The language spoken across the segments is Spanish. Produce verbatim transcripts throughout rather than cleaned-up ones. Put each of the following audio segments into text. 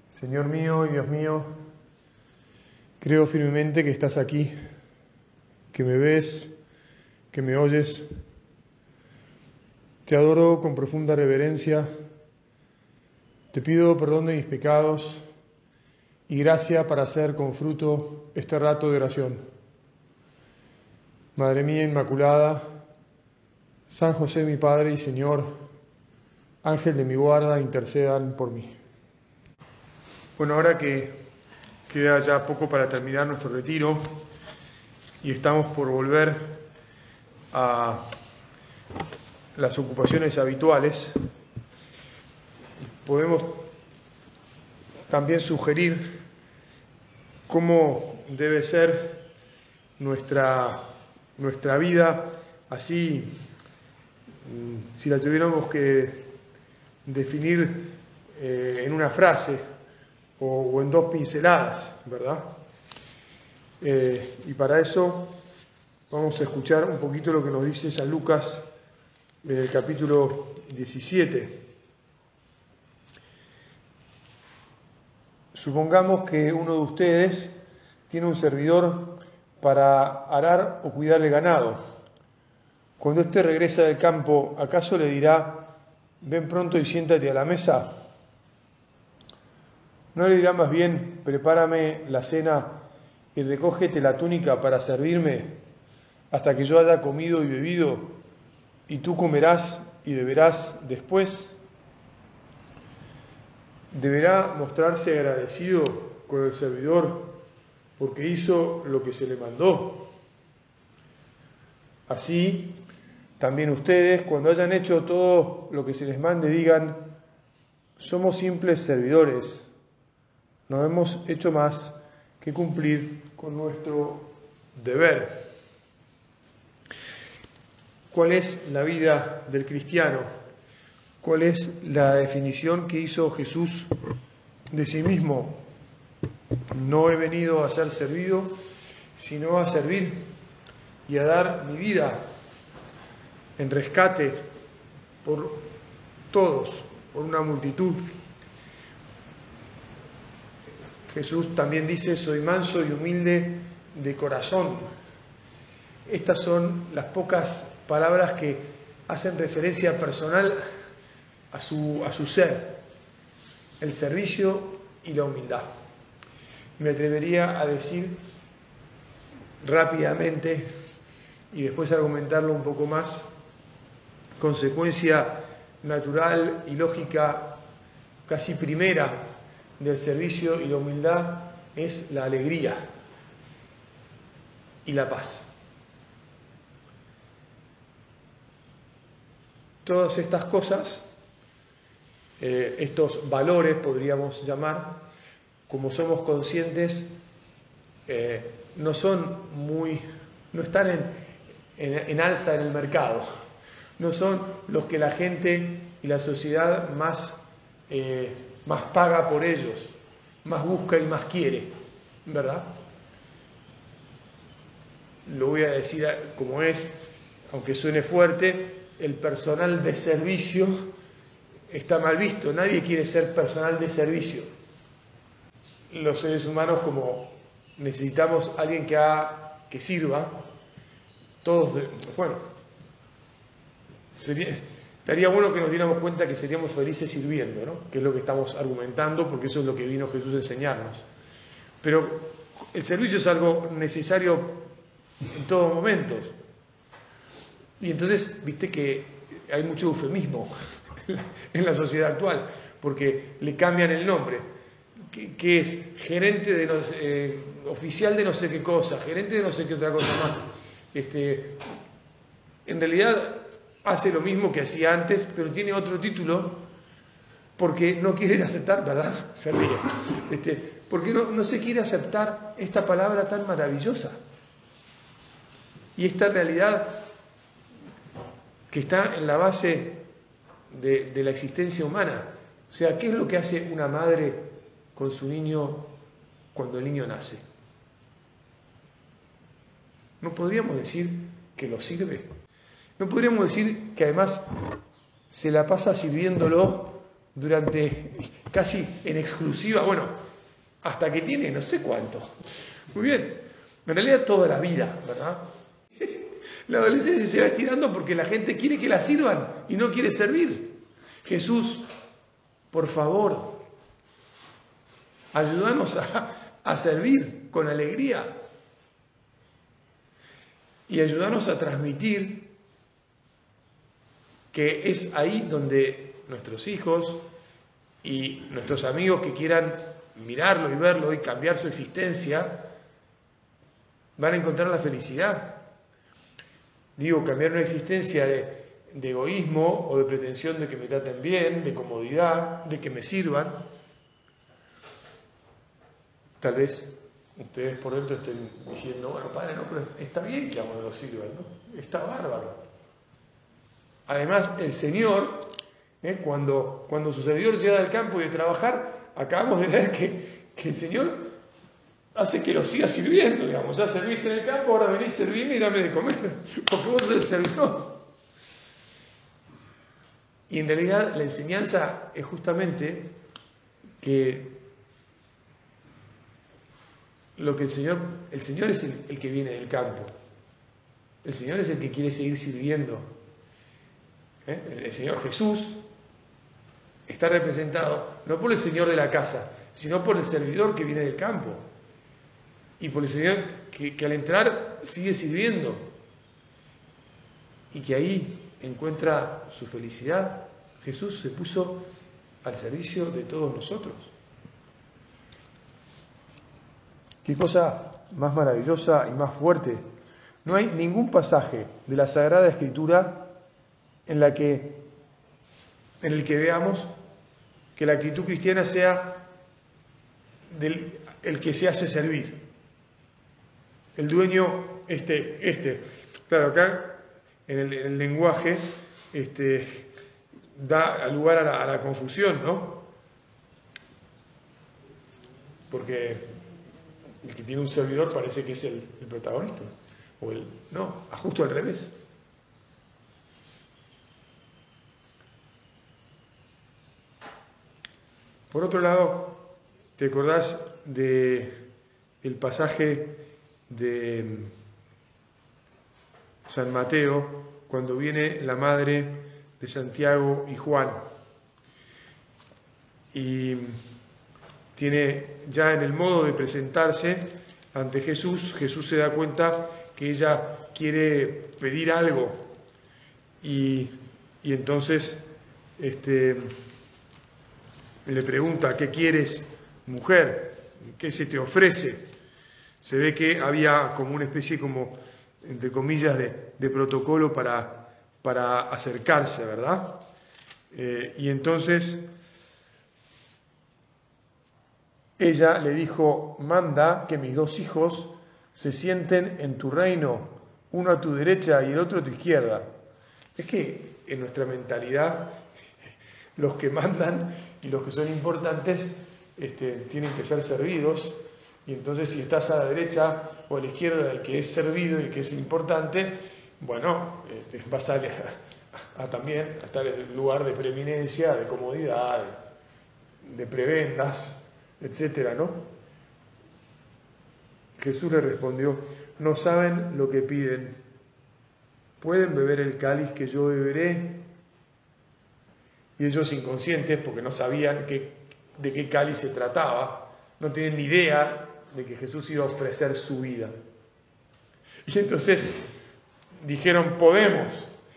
Señor mío y Dios mío, creo firmemente que estás aquí, que me ves, que me oyes. Te adoro con profunda reverencia. Te pido perdón de mis pecados y gracia para hacer con fruto este rato de oración. Madre mía Inmaculada, San José mi Padre y Señor, Ángel de mi guarda, intercedan por mí. Bueno, ahora que queda ya poco para terminar nuestro retiro y estamos por volver a las ocupaciones habituales, podemos también sugerir cómo debe ser nuestra, nuestra vida, así, si la tuviéramos que definir eh, en una frase o, o en dos pinceladas, ¿verdad? Eh, y para eso vamos a escuchar un poquito lo que nos dice San Lucas en el capítulo diecisiete. Supongamos que uno de ustedes tiene un servidor para arar o cuidar el ganado. Cuando éste regresa del campo, ¿acaso le dirá, ven pronto y siéntate a la mesa? ¿No le dirá más bien, prepárame la cena y recógete la túnica para servirme hasta que yo haya comido y bebido, y tú comerás y beberás después? Deberá mostrarse agradecido con el servidor porque hizo lo que se le mandó. Así, también ustedes, cuando hayan hecho todo lo que se les mande, digan, somos simples servidores, no hemos hecho más que cumplir con nuestro deber. ¿Cuál es la vida del cristiano? ¿Cuál es la definición que hizo Jesús de sí mismo? No he venido a ser servido, sino a servir y a dar mi vida en rescate por todos, por una multitud. Jesús también dice, soy manso y humilde de corazón. Estas son las pocas palabras que hacen referencia personal a su, a su ser, el servicio y la humildad. Me atrevería a decir rápidamente y después argumentarlo un poco más, consecuencia natural y lógica casi primera del servicio y la humildad es la alegría y la paz. Todas estas cosas, eh, estos valores podríamos llamar, como somos conscientes, eh, no son muy, no están en, en, en alza en el mercado, no son los que la gente y la sociedad más, eh, más paga por ellos, más busca y más quiere, ¿verdad? Lo voy a decir como es, aunque suene fuerte, el personal de servicio está mal visto, nadie quiere ser personal de servicio. Los seres humanos, como necesitamos a alguien que, haga, que sirva, todos, de, bueno, sería, estaría bueno que nos diéramos cuenta que seríamos felices sirviendo, ¿no? Que es lo que estamos argumentando, porque eso es lo que vino Jesús a enseñarnos. Pero el servicio es algo necesario en todos momentos. Y entonces, viste que hay mucho eufemismo en la sociedad actual, porque le cambian el nombre, que, que es gerente de los, eh, oficial de no sé qué cosa, gerente de no sé qué otra cosa más. Este, en realidad hace lo mismo que hacía antes, pero tiene otro título, porque no quieren aceptar, ¿verdad? Se ríe. Este, porque no, no se quiere aceptar esta palabra tan maravillosa. Y esta realidad que está en la base de, de la existencia humana. O sea, ¿qué es lo que hace una madre con su niño cuando el niño nace? ¿No podríamos decir que lo sirve? ¿No podríamos decir que además se la pasa sirviéndolo durante casi en exclusiva, bueno, hasta que tiene no sé cuánto. Muy bien, en realidad toda la vida, ¿verdad? La adolescencia se va estirando porque la gente quiere que la sirvan y no quiere servir. Jesús, por favor, ayúdanos a, a servir con alegría y ayúdanos a transmitir que es ahí donde nuestros hijos y nuestros amigos que quieran mirarlo y verlo y cambiar su existencia van a encontrar la felicidad. Digo, cambiar una existencia de, de egoísmo o de pretensión de que me traten bien, de comodidad, de que me sirvan. Tal vez ustedes por dentro estén diciendo, bueno, padre, no, pero está bien que a uno lo sirvan, ¿no? Está bárbaro. Además, el Señor, ¿eh? cuando, cuando su servidor llega del campo y de trabajar, acabamos de ver que, que el Señor hace que lo siga sirviendo, digamos. Ya serviste en el campo, ahora venís, servirme y dame de comer, porque vos sos el servidor. Y en realidad la enseñanza es justamente que lo que el Señor, el Señor es el, el que viene del campo. El Señor es el que quiere seguir sirviendo. ¿Eh? El Señor Jesús está representado no por el Señor de la casa, sino por el servidor que viene del campo. Y por el Señor que, que al entrar sigue sirviendo. Y que ahí encuentra su felicidad. Jesús se puso al servicio de todos nosotros. Qué cosa más maravillosa y más fuerte. No hay ningún pasaje de la Sagrada Escritura en la que, en el que veamos que la actitud cristiana sea del el que se hace servir. El dueño, este, este. Claro, acá en el, en el lenguaje este, da lugar a la, a la confusión, ¿no? Porque el que tiene un servidor parece que es el, el protagonista. O el, no, justo al revés. Por otro lado, ¿te acordás de el pasaje de San Mateo cuando viene la madre de Santiago y Juan? Y tiene ya en el modo de presentarse ante Jesús, Jesús se da cuenta que ella quiere pedir algo y, y entonces este, le pregunta, ¿qué quieres, mujer? ¿Qué se te ofrece? Se ve que había como una especie, como, entre comillas, de, de protocolo para, para acercarse, ¿verdad? Eh, y entonces ella le dijo, manda que mis dos hijos se sienten en tu reino, uno a tu derecha y el otro a tu izquierda. Es que en nuestra mentalidad los que mandan y los que son importantes este, tienen que ser servidos, y entonces si estás a la derecha o a la izquierda del que es servido y que es importante, bueno, eh, vas a, a, a también a estar en el lugar de preeminencia, de comodidad, de, de prebendas, etcétera, ¿no? Jesús le respondió, no saben lo que piden. ¿Pueden beber el cáliz que yo beberé? Y ellos inconscientes, porque no sabían qué, de qué cáliz se trataba, no tienen ni idea de que Jesús iba a ofrecer su vida. Y entonces dijeron, podemos.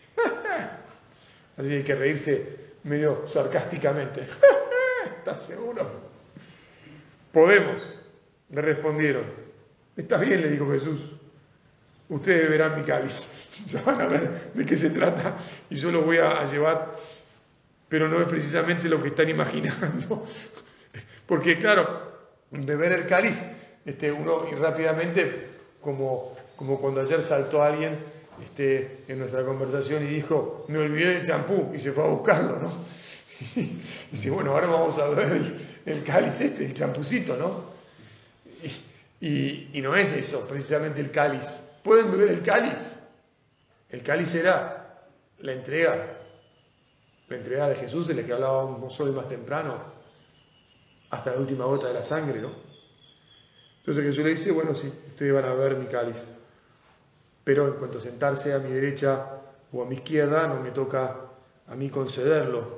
Así hay que reírse medio sarcásticamente. ¿Estás seguro? Podemos, le respondieron. Está bien, le dijo Jesús. Ustedes verán mi cáliz. Ya van a ver de qué se trata y yo lo voy a llevar. Pero no es precisamente lo que están imaginando. Porque claro, beber el cáliz, este, uno y rápidamente, como, como cuando ayer saltó alguien este, en nuestra conversación y dijo, me olvidé del champú, y se fue a buscarlo, ¿no? Y dice, bueno, ahora vamos a beber el, el cáliz este, el champucito, ¿no? Y, y, y no es eso, precisamente el cáliz. ¿Pueden beber el cáliz? El cáliz era la entrega la entrega de Jesús, de la que hablábamos hoy más temprano, hasta la última gota de la sangre, ¿no? Entonces Jesús le dice, bueno, sí, ustedes van a ver mi cáliz, pero en cuanto a sentarse a mi derecha o a mi izquierda, no me toca a mí concederlo.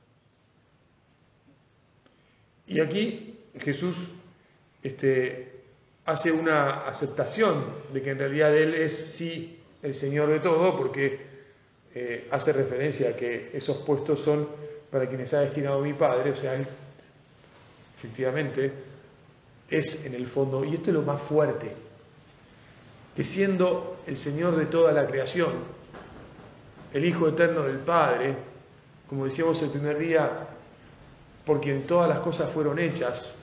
Y aquí Jesús este, hace una aceptación de que en realidad Él es sí el Señor de todo, porque eh, hace referencia a que esos puestos son para quienes ha destinado mi Padre, o sea, Él efectivamente es en el fondo, y esto es lo más fuerte, que siendo el Señor de toda la creación, el Hijo eterno del Padre, como decíamos el primer día, por quien todas las cosas fueron hechas,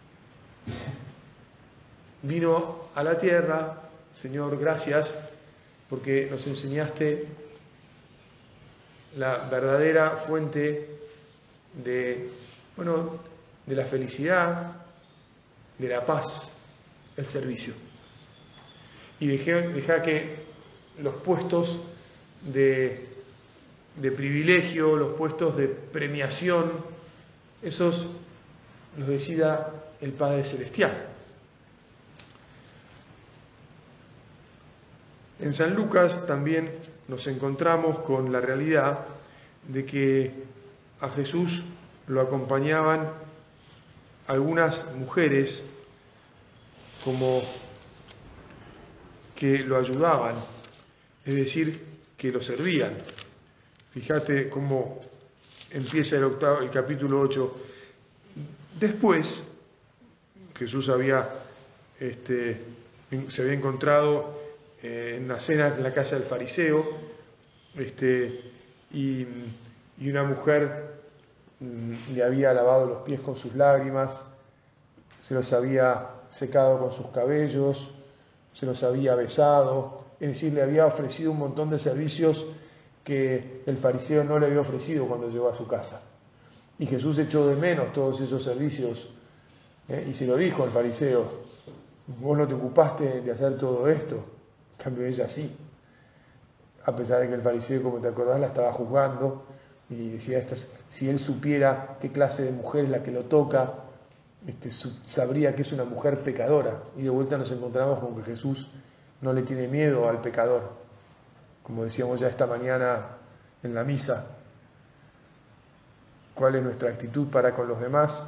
vino a la tierra. Señor, gracias, porque nos enseñaste la verdadera fuente de, bueno, de la felicidad, de la paz, el servicio. Y deja, deja que los puestos de, de privilegio, los puestos de premiación, esos los decida el Padre Celestial. En San Lucas también nos encontramos con la realidad de que a Jesús lo acompañaban algunas mujeres como que lo ayudaban, es decir, que lo servían. Fíjate cómo empieza el, octavo, el capítulo ocho. Después, Jesús había, este, se había encontrado eh, en una cena en la casa del fariseo, este, y, y una mujer mm, le había lavado los pies con sus lágrimas, se los había secado con sus cabellos, se los había besado, es decir, le había ofrecido un montón de servicios que el fariseo no le había ofrecido cuando llegó a su casa. Y Jesús echó de menos todos esos servicios ¿eh? y se lo dijo al fariseo, vos no te ocupaste de hacer todo esto, en cambio ella sí. A pesar de que el fariseo, como te acordás, la estaba juzgando y decía, estas, si él supiera qué clase de mujer es la que lo toca, este, sabría que es una mujer pecadora. Y de vuelta nos encontramos con que Jesús no le tiene miedo al pecador, como decíamos ya esta mañana en la misa. ¿Cuál es nuestra actitud para con los demás?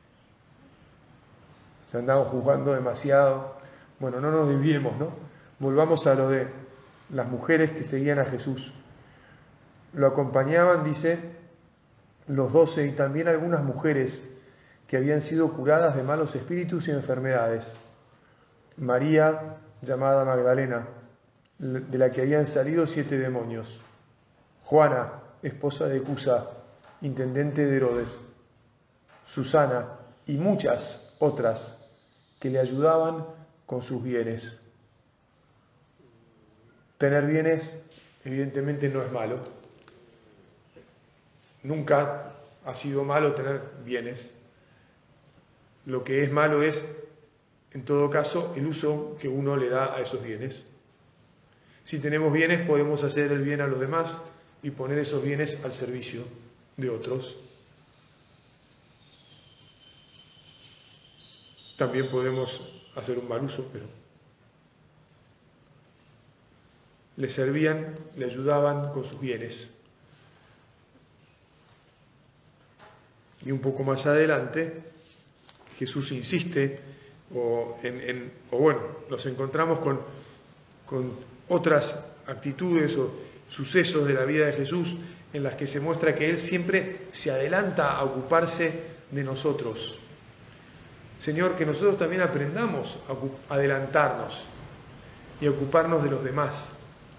Se andamos juzgando demasiado. Bueno, no nos desviemos, ¿no? Volvamos a lo de las mujeres que seguían a Jesús. Lo acompañaban, dice, los doce y también algunas mujeres que habían sido curadas de malos espíritus y enfermedades. María, llamada Magdalena, de la que habían salido siete demonios. Juana, esposa de Cusa, intendente de Herodes. Susana y muchas otras que le ayudaban con sus bienes. Tener bienes, evidentemente, no es malo. Nunca ha sido malo tener bienes. Lo que es malo es, en todo caso, el uso que uno le da a esos bienes. Si tenemos bienes, podemos hacer el bien a los demás y poner esos bienes al servicio de otros. También podemos hacer un mal uso, pero le servían, le ayudaban con sus bienes. Y un poco más adelante, Jesús insiste, o, en, en, o bueno, nos encontramos con, con otras actitudes o sucesos de la vida de Jesús en las que se muestra que Él siempre se adelanta a ocuparse de nosotros. Señor, que nosotros también aprendamos a adelantarnos y a ocuparnos de los demás.